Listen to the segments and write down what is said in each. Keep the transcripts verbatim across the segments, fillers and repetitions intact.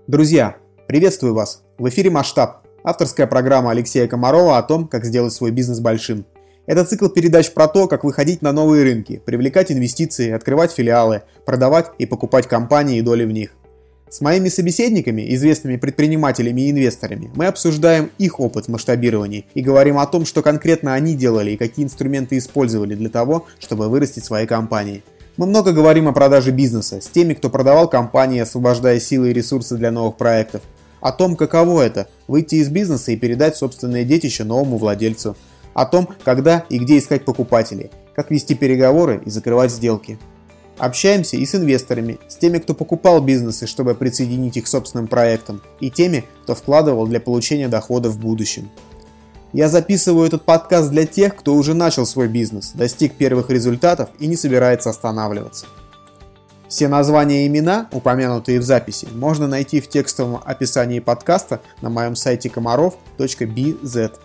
Друзья, приветствую вас! В эфире «Масштаб» – авторская программа Алексея Комарова о том, как сделать свой бизнес большим. Это цикл передач про то, как выходить на новые рынки, привлекать инвестиции, открывать филиалы, продавать и покупать компании и доли в них. С моими собеседниками, известными предпринимателями и инвесторами, мы обсуждаем их опыт в масштабировании и говорим о том, что конкретно они делали и какие инструменты использовали для того, чтобы вырастить свои компании. Мы много говорим о продаже бизнеса, с теми, кто продавал компании, освобождая силы и ресурсы для новых проектов. О том, каково это – выйти из бизнеса и передать собственное детище новому владельцу. О том, когда и где искать покупателей, как вести переговоры и закрывать сделки. Общаемся и с инвесторами, с теми, кто покупал бизнесы, чтобы присоединить их к собственным проектам, и теми, кто вкладывал для получения дохода в будущем. Я записываю этот подкаст для тех, кто уже начал свой бизнес, достиг первых результатов и не собирается останавливаться. Все названия и имена, упомянутые в записи, можно найти в текстовом описании подкаста на моем сайте комаров точка би зет.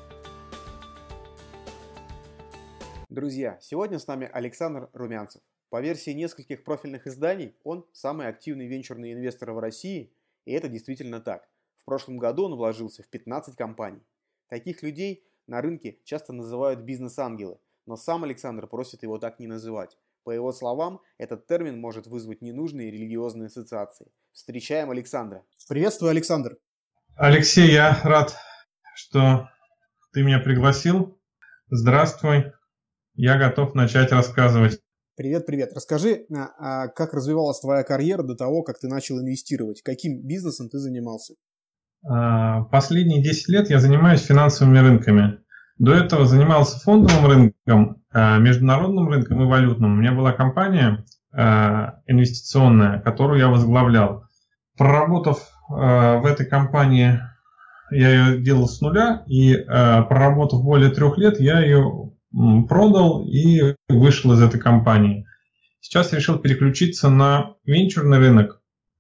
Друзья, сегодня с нами Александр Румянцев. По версии нескольких профильных изданий, он самый активный венчурный инвестор в России, и это действительно так. В прошлом году он вложился в пятнадцать компаний. Таких людей на рынке часто называют бизнес-ангелы, но сам Александр просит его так не называть. По его словам, этот термин может вызвать ненужные религиозные ассоциации. Встречаем Александра. Приветствую, Александр. Алексей, я рад, что ты меня пригласил. Здравствуй. Я готов начать рассказывать. Привет, привет. Расскажи, как развивалась твоя карьера до того, как ты начал инвестировать? Каким бизнесом ты занимался? Последние десять лет я занимаюсь финансовыми рынками. До этого занимался фондовым рынком, международным рынком и валютным. У меня была компания инвестиционная, которую я возглавлял. Проработав в этой компании, я ее делал с нуля, и проработав более трех лет, я ее продал и вышел из этой компании. Сейчас решил переключиться на венчурный рынок.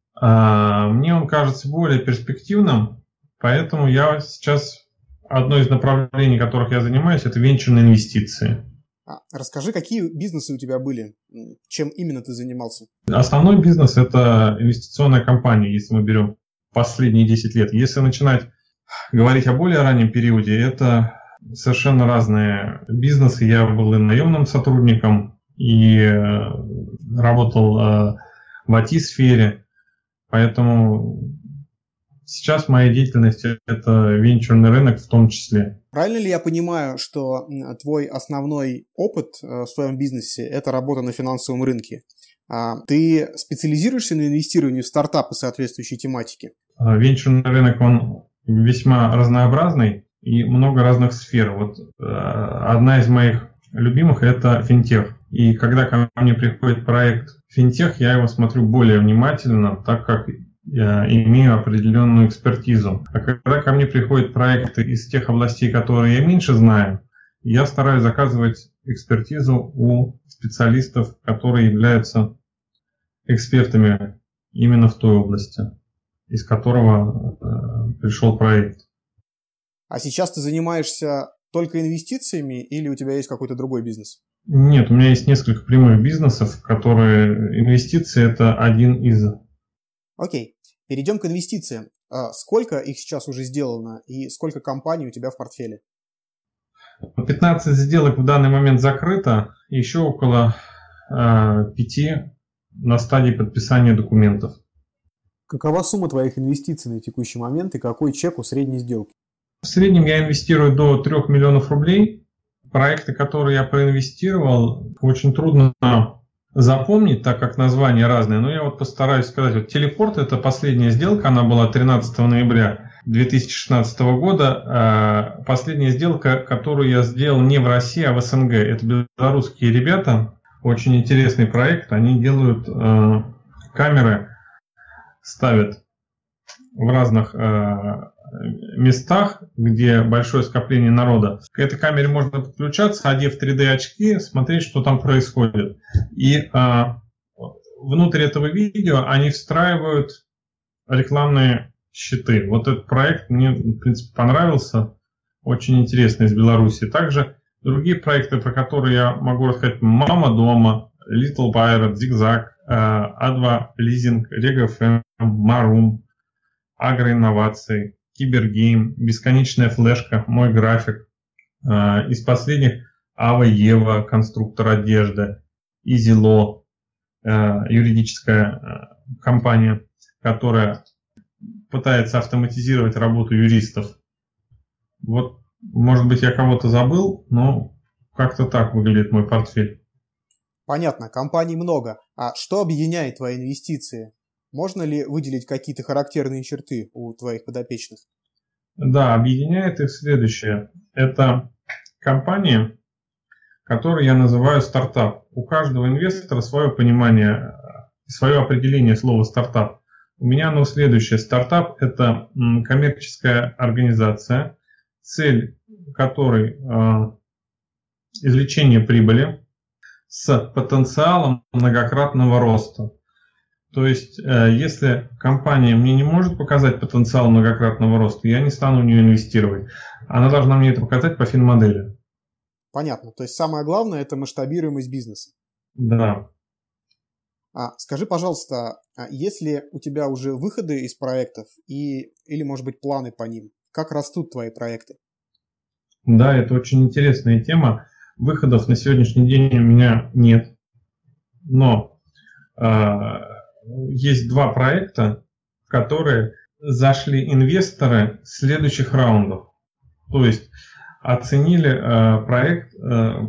Мне он кажется более перспективным, поэтому я сейчас одно из направлений, которых я занимаюсь, это венчурные инвестиции. А, расскажи, какие бизнесы у тебя были? Чем именно ты занимался? Основной бизнес – это инвестиционная компания, если мы берем последние десять лет. Если начинать говорить о более раннем периоде, это совершенно разные бизнесы. Я был и наемным сотрудником, и работал в ай ти-сфере. Поэтому сейчас моя деятельность – это венчурный рынок в том числе. Правильно ли я понимаю, что твой основной опыт в своем бизнесе – это работа на финансовом рынке? Ты специализируешься на инвестировании в стартапы соответствующей тематики? Венчурный рынок, он весьма разнообразный и много разных сфер. Вот одна из моих любимых – это финтех. И когда ко мне приходит проект финтех, я его смотрю более внимательно, так как я имею определенную экспертизу. А когда ко мне приходят проекты из тех областей, которые я меньше знаю, я стараюсь заказывать экспертизу у специалистов, которые являются экспертами именно в той области, из которого э, пришел проект. А сейчас ты занимаешься только инвестициями или у тебя есть какой-то другой бизнес? Нет, у меня есть несколько прямых бизнесов, которые инвестиции – это один из. Окей, перейдем к инвестициям. Сколько их сейчас уже сделано и сколько компаний у тебя в портфеле? пятнадцать сделок в данный момент закрыто, еще около пяти на стадии подписания документов. Какова сумма твоих инвестиций на текущий момент и какой чек у средней сделки? В среднем я инвестирую до трёх миллионов рублей. Проекты, которые я проинвестировал, очень трудно запомнить, так как названия разные, но я вот постараюсь сказать. Вот Телепорт – это последняя сделка, она была тринадцатого ноября две тысячи шестнадцатого года. Последняя сделка, которую я сделал не в России, а в эс эн гэ. Это белорусские ребята, очень интересный проект, они делают э, камеры, ставят в разных э, местах, где большое скопление народа. К этой камере можно подключаться, одев три дэ очки, смотреть, что там происходит. И э, внутрь этого видео они встраивают рекламные щиты. Вот этот проект мне, в принципе, понравился. Очень интересный, из Беларуси. Также другие проекты, про которые я могу рассказать: «Мама дома», Little Pirate, Zigzag, а два Leasing, Reg эф эм, Maroon, агроинновации, кибергейм, бесконечная флешка, мой график. Из последних Ава Ева, конструктор одежды, Изило, юридическая компания, которая пытается автоматизировать работу юристов. Вот, может быть, я кого-то забыл, но как-то так выглядит мой портфель. Понятно, компаний много. А что объединяет твои инвестиции? Можно ли выделить какие-то характерные черты у твоих подопечных? Да, объединяет их следующее. Это компании, которые я называю стартап. У каждого инвестора свое понимание, свое определение слова стартап. У меня оно следующее. Стартап – это коммерческая организация, цель которой э, извлечение прибыли с потенциалом многократного роста. То есть, э, если компания мне не может показать потенциал многократного роста, я не стану в нее инвестировать. Она должна мне это показать по финмодели. Понятно. То есть, самое главное – это масштабируемость бизнеса. Да. А, скажи, пожалуйста, есть ли у тебя уже выходы из проектов и, или, может быть, планы по ним? Как растут твои проекты? Да, это очень интересная тема. Выходов на сегодняшний день у меня нет. Но э, есть два проекта, в которые зашли инвесторы следующих раундов. То есть оценили э, проект э,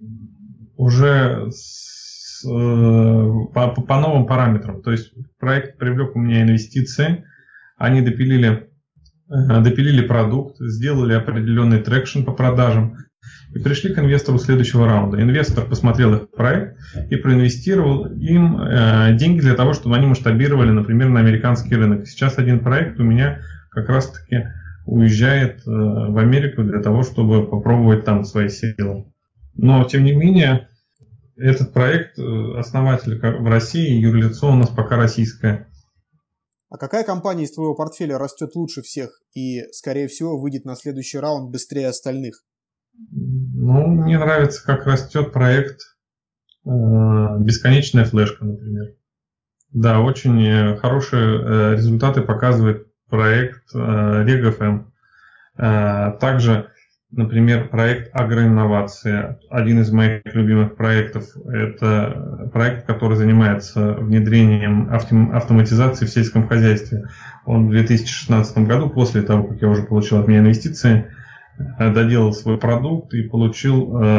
уже с, э, по, по новым параметрам. То есть проект привлек у меня инвестиции, они допилили, э, допилили продукт, сделали определенный трекшн по продажам и пришли к инвестору следующего раунда. Инвестор посмотрел их проект и проинвестировал им э, деньги для того, чтобы они масштабировали, например, на американский рынок. Сейчас один проект у меня как раз-таки уезжает э, в Америку для того, чтобы попробовать там свои силы. Но, тем не менее, этот проект, основатель в России, юрлицо у нас пока российское. А какая компания из твоего портфеля растет лучше всех и, скорее всего, выйдет на следующий раунд быстрее остальных? Ну, мне нравится, как растет проект э, «Бесконечная флешка», например. Да, очень хорошие э, результаты показывает проект э, RegFM. Э, также, например, проект агроинновации. Один из моих любимых проектов – это проект, который занимается внедрением автом, автоматизации в сельском хозяйстве. Он в две тысячи шестнадцатом году, после того, как я уже получил от меня инвестиции, доделал свой продукт и получил э,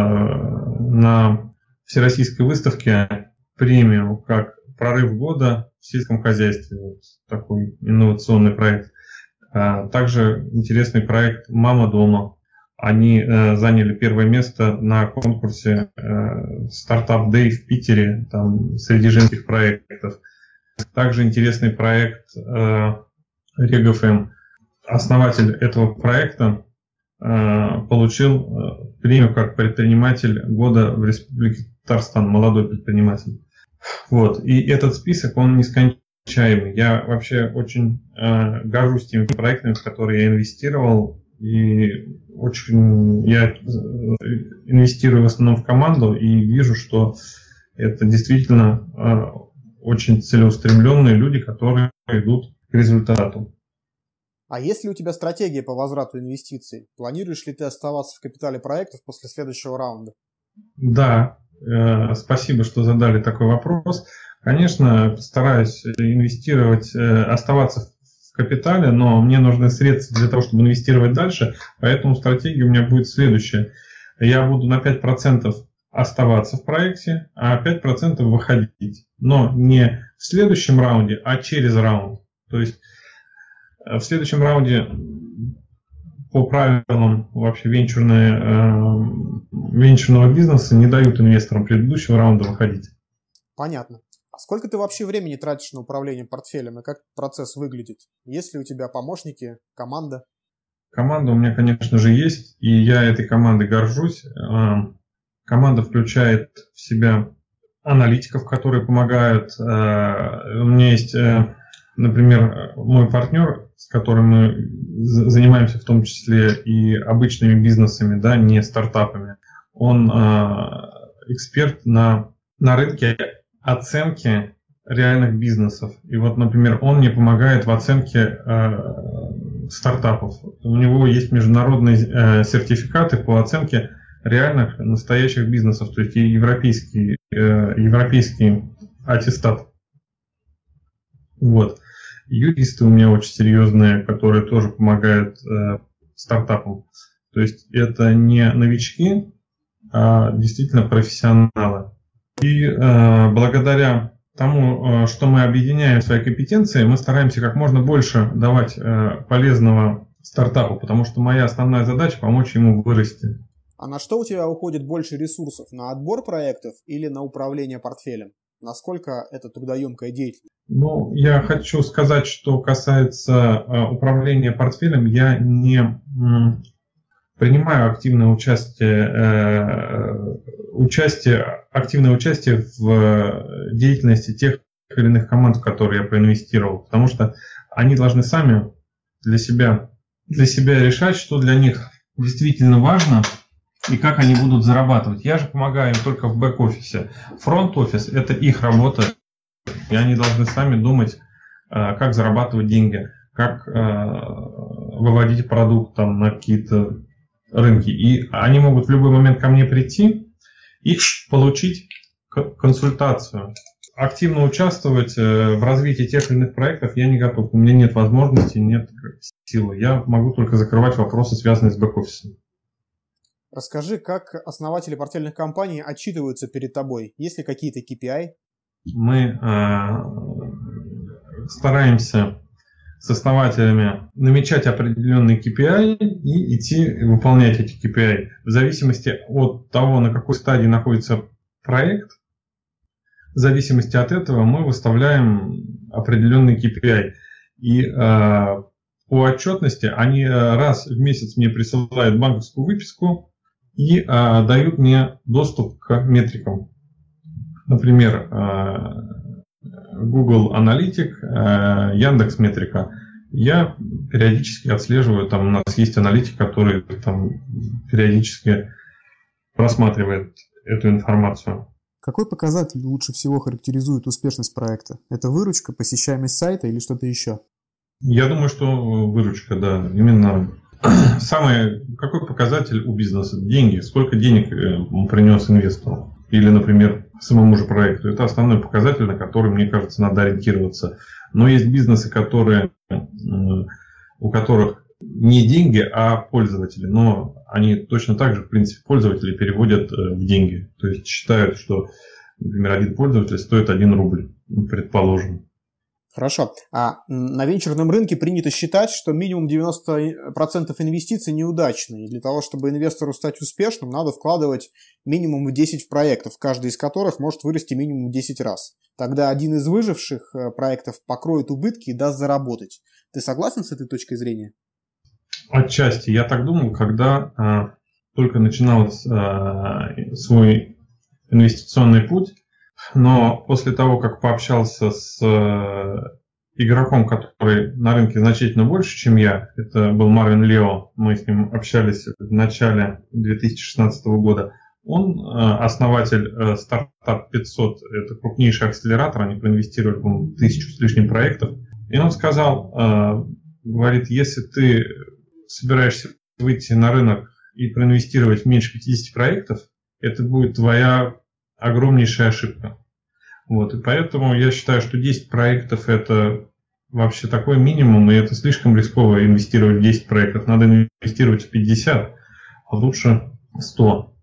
на всероссийской выставке премию как прорыв года в сельском хозяйстве. Вот такой инновационный проект. А также интересный проект «Мама дома». Они э, заняли первое место на конкурсе э, Startup Day в Питере, там, среди женских проектов. Также интересный проект э, RegFM. Основатель этого проекта получил премию как предприниматель года в Республике Татарстан, молодой предприниматель. Вот. И этот список, он нескончаемый. Я вообще очень э, горжусь теми проектами, в которые я инвестировал. И очень я инвестирую в основном в команду и вижу, что это действительно э, очень целеустремленные люди, которые идут к результату. А есть ли у тебя стратегия по возврату инвестиций? Планируешь ли ты оставаться в капитале проектов после следующего раунда? Да, э, спасибо, что задали такой вопрос. Конечно, стараюсь инвестировать, э, оставаться в капитале, но мне нужны средства для того, чтобы инвестировать дальше, поэтому стратегия у меня будет следующая. Я буду на пять процентов оставаться в проекте, а пять процентов выходить. Но не в следующем раунде, а через раунд. То есть в следующем раунде по правилам вообще венчурные, э, венчурного бизнеса не дают инвесторам предыдущего раунда выходить. Понятно. А сколько ты вообще времени тратишь на управление портфелем и как процесс выглядит? Есть ли у тебя помощники, команда? Команда у меня, конечно же, есть, и я этой командой горжусь. Команда включает в себя аналитиков, которые помогают. У меня есть, например, мой партнер, с которым мы занимаемся в том числе и обычными бизнесами, да, не стартапами. Он эксперт на, на рынке оценки реальных бизнесов. И вот, например, он мне помогает в оценке э, стартапов. У него есть международные э, сертификаты по оценке реальных настоящих бизнесов, то есть и европейский, э, европейский аттестат. Вот. Юристы у меня очень серьезные, которые тоже помогают э, стартапам. То есть это не новички, а действительно профессионалы. И э, благодаря тому, э, что мы объединяем свои компетенции, мы стараемся как можно больше давать э, полезного стартапу, потому что моя основная задача – помочь ему вырасти. А на что у тебя уходит больше ресурсов? На отбор проектов или на управление портфелем? Насколько это трудоемкая деятельность? Ну, я хочу сказать, что касается э, управления портфелем, я не м, принимаю активное участие, э, участие, активное участие в деятельности тех или иных команд, в которые я проинвестировал, потому что они должны сами для себя, для себя решать, что для них действительно важно и как они будут зарабатывать. Я же помогаю им только в бэк-офисе. Фронт-офис – это их работа, и они должны сами думать, как зарабатывать деньги, как выводить продукт там, на какие-то рынки. И они могут в любой момент ко мне прийти и получить консультацию. Активно участвовать в развитии тех или иных проектов я не готов. У меня нет возможности, нет силы. Я могу только закрывать вопросы, связанные с бэк-офисом. Расскажи, как основатели портфельных компаний отчитываются перед тобой? Есть ли какие-то кей пи ай? Мы э, стараемся с основателями намечать определенные кей пи ай и идти выполнять эти кей пи ай. В зависимости от того, на какой стадии находится проект, в зависимости от этого мы выставляем определенные кей пи ай. И э, по отчетности они раз в месяц мне присылают банковскую выписку и э, дают мне доступ к метрикам. Например, Google Аналитик, Яндекс Метрика. Я периодически отслеживаю, там у нас есть аналитик, который там периодически просматривает эту информацию. Какой показатель лучше всего характеризует успешность проекта? Это выручка, посещаемость сайта или что-то еще? Я думаю, что выручка, да. Именно самый, какой показатель у бизнеса? Деньги. Сколько денег он принес инвестору? Или, например, самому же проекту. Это основной показатель, на который, мне кажется, надо ориентироваться. Но есть бизнесы, которые, у которых не деньги, а пользователи. Но они точно так же, в принципе, пользователи переводят в деньги. То есть считают, что, например, один пользователь стоит один рубль, предположим. Хорошо. А на венчурном рынке принято считать, что минимум девяносто процентов инвестиций неудачные. И для того, чтобы инвестору стать успешным, надо вкладывать минимум в десять проектов, каждый из которых может вырасти минимум в десять раз. Тогда один из выживших проектов покроет убытки и даст заработать. Ты согласен с этой точкой зрения? Отчасти. Я так думал, когда а, только начинал а, свой инвестиционный путь. Но после того, как пообщался с э, игроком, который на рынке значительно больше, чем я, это был Марвин Лео, мы с ним общались в начале две тысячи шестнадцатого года, он э, основатель э, Startup пятьсот, это крупнейший акселератор, они проинвестировали в тысячу с лишним проектов, и он сказал, э, говорит, если ты собираешься выйти на рынок и проинвестировать меньше пятидесяти проектов, это будет твоя огромнейшая ошибка. Вот, и поэтому я считаю, что десять проектов это вообще такой минимум, и это слишком рисково инвестировать в десять проектов. Надо инвестировать в пятьдесят, а лучше сто.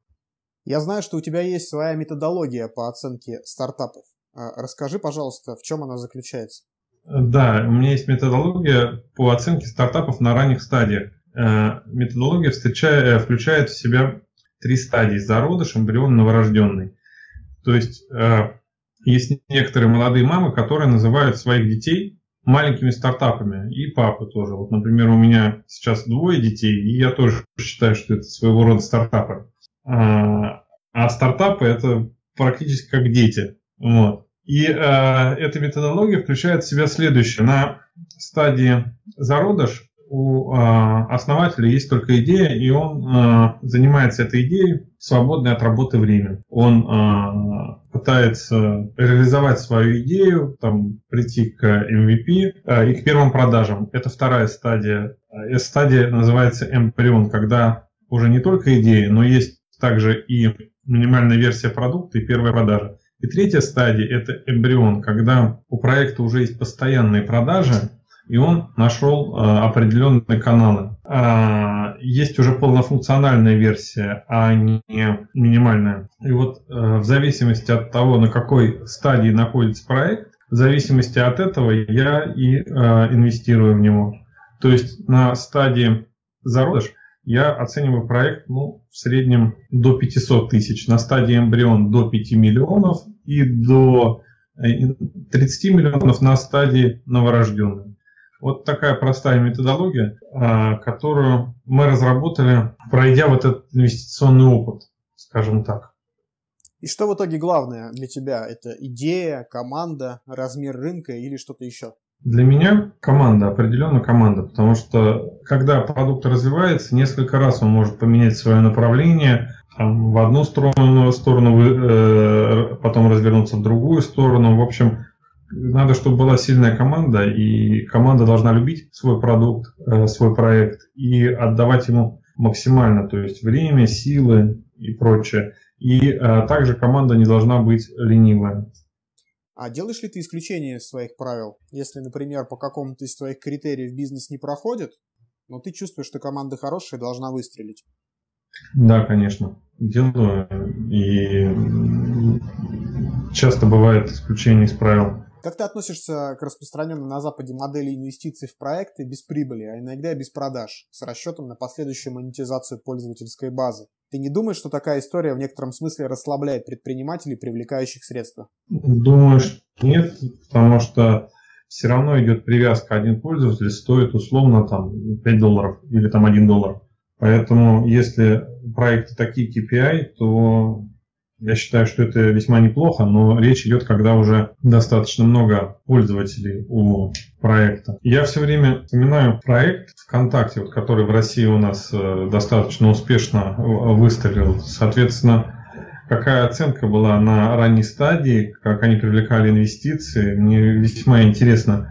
Я знаю, что у тебя есть своя методология по оценке стартапов. Расскажи, пожалуйста, в чем она заключается? Да, у меня есть методология по оценке стартапов на ранних стадиях. Методология встречает, включает в себя три стадии: зародыш, эмбрион, новорожденный. То есть э, есть некоторые молодые мамы, которые называют своих детей маленькими стартапами, и папы тоже. Вот, например, у меня сейчас двое детей, и я тоже считаю, что это своего рода стартапы. А, а стартапы это практически как дети. Вот. И э, эта методология включает в себя следующее. На стадии зародыш у э, основателя есть только идея, и он э, занимается этой идеей в свободное от работы время. Он э, пытается реализовать свою идею, там, прийти к эм ви пи э, и к первым продажам. Это вторая стадия. Эта стадия называется эмбрион, когда уже не только идея, но есть также и минимальная версия продукта и первая продажа. И третья стадия – это эмбрион, когда у проекта уже есть постоянные продажи, и он нашел а, определенные каналы. А, есть уже полнофункциональная версия, а не минимальная. И вот а, в зависимости от того, на какой стадии находится проект, в зависимости от этого я и а, инвестирую в него. То есть на стадии зародыш я оцениваю проект ну, в среднем до пятисот тысяч, на стадии эмбрион до пяти миллионов и до тридцати миллионов на стадии новорожденной. Вот такая простая методология, которую мы разработали, пройдя вот этот инвестиционный опыт, скажем так. И что в итоге главное для тебя? Это идея, команда, размер рынка или что-то еще? Для меня команда, определенно команда, потому что когда продукт развивается, несколько раз он может поменять свое направление, там, в одну сторону, сторону э, потом развернуться в другую сторону. В общем, надо, чтобы была сильная команда, и команда должна любить свой продукт, э, свой проект и отдавать ему максимально, то есть время, силы и прочее. И э, также команда не должна быть ленивая. А делаешь ли ты исключение из своих правил? Если, например, по какому-то из твоих критериев бизнес не проходит, но ты чувствуешь, что команда хорошая и должна выстрелить? Да, конечно, делаю. И часто бывает исключение из правил. Как ты относишься к распространенной на Западе модели инвестиций в проекты без прибыли, а иногда без продаж, с расчетом на последующую монетизацию пользовательской базы? Ты не думаешь, что такая история в некотором смысле расслабляет предпринимателей, привлекающих средства? Думаю, что нет, потому что все равно идет привязка. Один пользователь стоит условно там, пять долларов или там один доллар. Поэтому если проекты такие кей пи ай, то я считаю, что это весьма неплохо, но речь идет, когда уже достаточно много пользователей у проекта. Я все время вспоминаю проект ВКонтакте, вот, который в России у нас э, достаточно успешно выстрелил. Соответственно, какая оценка была на ранней стадии, как они привлекали инвестиции, мне весьма интересно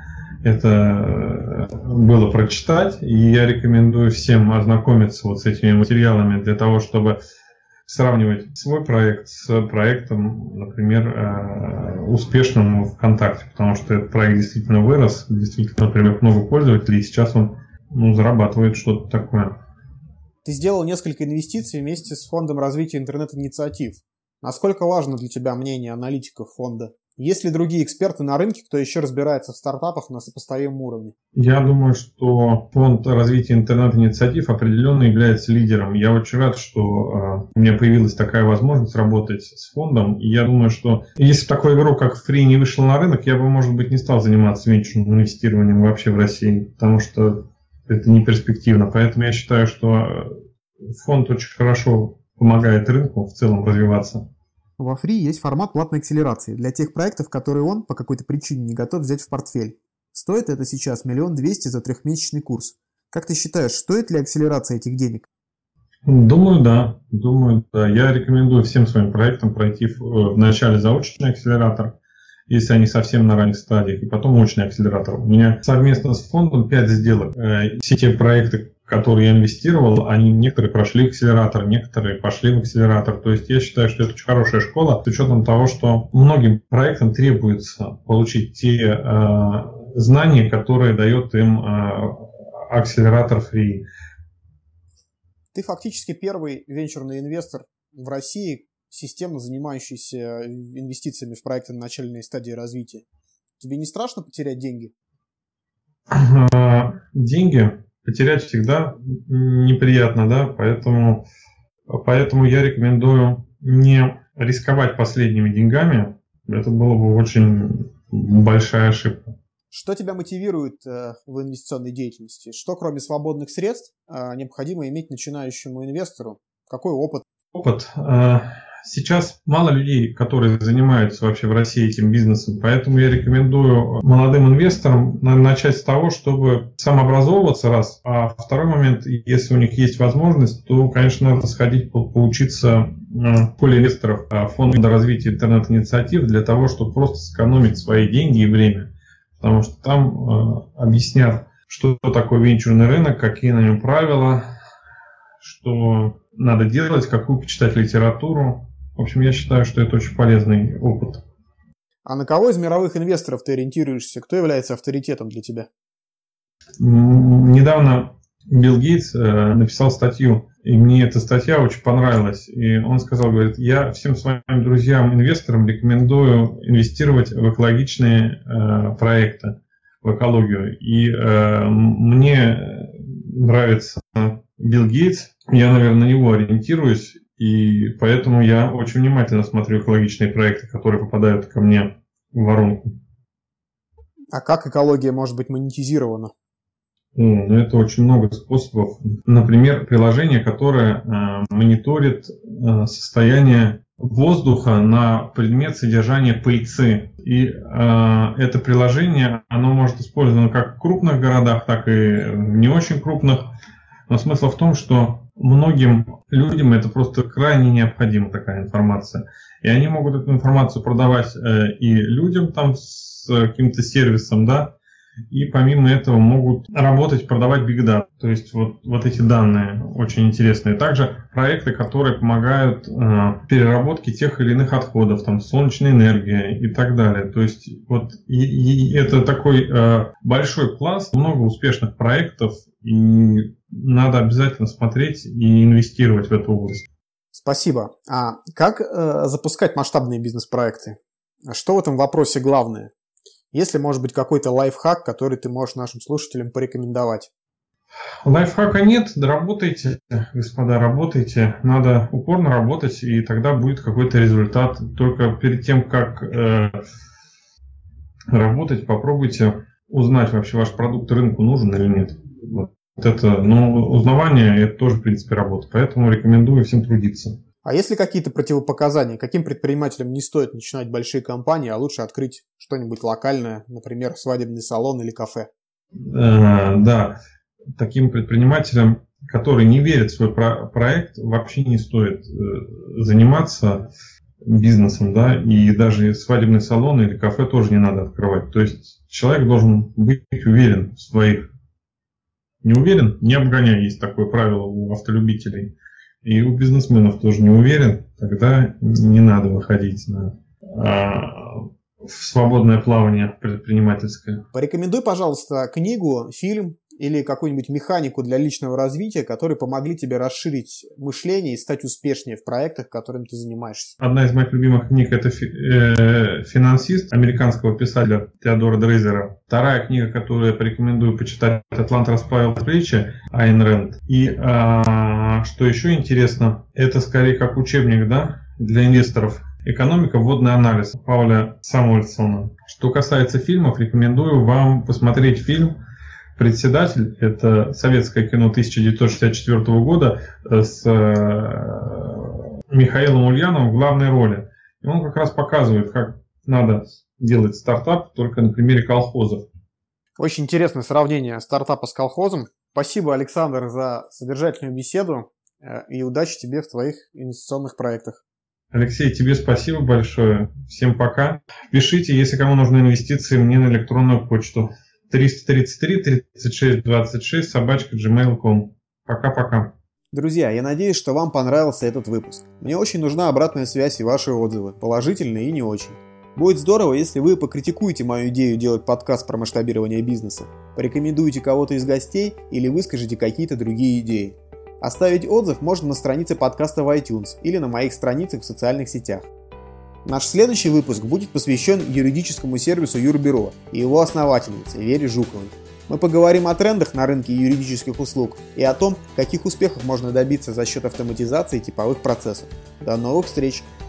это было прочитать, и я рекомендую всем ознакомиться вот с этими материалами для того, чтобы сравнивать свой проект с проектом, например, успешным в ВКонтакте, потому что этот проект действительно вырос, действительно привлек много пользователей, и сейчас он ну, зарабатывает что-то такое. Ты сделал несколько инвестиций вместе с фондом развития интернет-инициатив. Насколько важно для тебя мнение аналитиков фонда? Есть ли другие эксперты на рынке, кто еще разбирается в стартапах на сопоставимом уровне? Я думаю, что фонд развития интернет-инициатив определенно является лидером. Я очень рад, что э, у меня появилась такая возможность работать с фондом. И я думаю, что если такой игрок, как Free, не вышел на рынок, я бы, может быть, не стал заниматься венчурным инвестированием вообще в России, потому что это не перспективно. Поэтому я считаю, что фонд очень хорошо помогает рынку в целом развиваться. Во Free есть формат платной акселерации для тех проектов, которые он по какой-то причине не готов взять в портфель. Стоит это сейчас миллион двести за трехмесячный курс. Как ты считаешь, стоит ли акселерация этих денег? Думаю, да. Думаю, да. Я рекомендую всем своим проектам пройти вначале заочный акселератор, если они совсем на ранних стадиях, и потом очный акселератор. У меня совместно с фондом пять сделок. Все те проекты, которые я инвестировал, они некоторые прошли акселератор, некоторые пошли в акселератор. То есть я считаю, что это очень хорошая школа, с учетом того, что многим проектам требуется получить те э, знания, которые дает им э, акселератор Free. Ты фактически первый венчурный инвестор в России, системно занимающийся инвестициями в проекты на начальной стадии развития. Тебе не страшно потерять деньги? Деньги потерять всегда неприятно, да, поэтому, поэтому я рекомендую не рисковать последними деньгами. Это было бы очень большая ошибка. Что тебя мотивирует э, в инвестиционной деятельности? Что, кроме свободных средств, э, необходимо иметь начинающему инвестору? Какой опыт? Опыт. Э, сейчас мало людей, которые занимаются вообще в России этим бизнесом, поэтому я рекомендую молодым инвесторам начать с того, чтобы самообразовываться, раз, а второй момент, если у них есть возможность, то, конечно, надо сходить поучиться в школе инвесторов Фонда развития интернет-инициатив для того, чтобы просто сэкономить свои деньги и время, потому что там объяснят, что такое венчурный рынок, какие на нем правила, что надо делать, какую почитать литературу. В общем, я считаю, что это очень полезный опыт. А на кого из мировых инвесторов ты ориентируешься? Кто является авторитетом для тебя? Недавно Билл Гейтс написал статью, и мне эта статья очень понравилась. И он сказал, говорит, я всем своим друзьям-инвесторам рекомендую инвестировать в экологичные э, проекты, в экологию. И э, мне нравится Билл Гейтс, я, наверное, на него ориентируюсь. И поэтому я очень внимательно смотрю экологичные проекты, которые попадают ко мне в воронку. А как экология может быть монетизирована? О, ну это очень много способов. Например, приложение, которое э, мониторит э, состояние воздуха на предмет содержания пыльцы. И э, это приложение, оно может использовано как в крупных городах, так и в не очень крупных. Но смысл в том, что многим людям это просто крайне необходима такая информация. И они могут эту информацию продавать э, и людям там с каким-то сервисом, да, и помимо этого могут работать, продавать big data. То есть вот, вот эти данные очень интересные. Также проекты, которые помогают э, переработке тех или иных отходов, там солнечная энергия и так далее. То есть вот и, и это такой э, большой пласт, много успешных проектов, и надо обязательно смотреть и инвестировать в эту область. Спасибо. А как э, запускать масштабные бизнес-проекты? Что в этом вопросе главное? Есть ли, может быть, какой-то лайфхак, который ты можешь нашим слушателям порекомендовать? Лайфхака нет, да работайте, господа, работайте. Надо упорно работать, и тогда будет какой-то результат. Только перед тем, как э, работать, попробуйте узнать, вообще ваш продукт рынку нужен или нет. Вот это, ну, узнавание – это тоже, в принципе, работа. Поэтому рекомендую всем трудиться. А есть ли какие-то противопоказания? Каким предпринимателям не стоит начинать большие компании, а лучше открыть что-нибудь локальное, например, свадебный салон или кафе? Э, да, таким предпринимателям, которые не верят в свой про- проект, вообще не стоит э, заниматься бизнесом, да, и даже свадебный салон или кафе тоже не надо открывать. То есть человек должен быть уверен в своих. Не уверен? Не обгоняй, есть такое правило у автолюбителей. И у бизнесменов тоже не уверен, тогда не надо выходить на а, в свободное плавание предпринимательское. Порекомендуй, пожалуйста, книгу, фильм или какую-нибудь механику для личного развития, которые помогли тебе расширить мышление и стать успешнее в проектах, которыми ты занимаешься. Одна из моих любимых книг – это «Финансист» американского писателя Теодора Дрейзера. Вторая книга, которую я порекомендую почитать, «Атлант расправил плечи» Айн Рэнд. И а, что еще интересно, это скорее как учебник, да, для инвесторов. «Экономика. Вводный анализ» Пауля Самуэльсона. Что касается фильмов, рекомендую вам посмотреть фильм «Председатель». Это советское кино тысяча девятьсот шестьдесят четвёртого года с Михаилом Ульяновым в главной роли. И он как раз показывает, как надо делать стартап только на примере колхозов. Очень интересное сравнение стартапа с колхозом. Спасибо, Александр, за содержательную беседу и удачи тебе в твоих инвестиционных проектах. Алексей, тебе спасибо большое. Всем пока. Пишите, если кому нужны инвестиции, мне на электронную почту. триста тридцать три тридцать шесть двадцать шесть собачка джи мейл точка ком. Пока-пока. Друзья, я надеюсь, что вам понравился этот выпуск. Мне очень нужна обратная связь и ваши отзывы, положительные и не очень. Будет здорово, если вы покритикуете мою идею делать подкаст про масштабирование бизнеса, порекомендуете кого-то из гостей или выскажете какие-то другие идеи. Оставить отзыв можно на странице подкаста в iTunes или на моих страницах в социальных сетях. Наш следующий выпуск будет посвящен юридическому сервису Юрбюро и его основательнице Вере Жуковой. Мы поговорим о трендах на рынке юридических услуг и о том, каких успехов можно добиться за счет автоматизации типовых процессов. До новых встреч!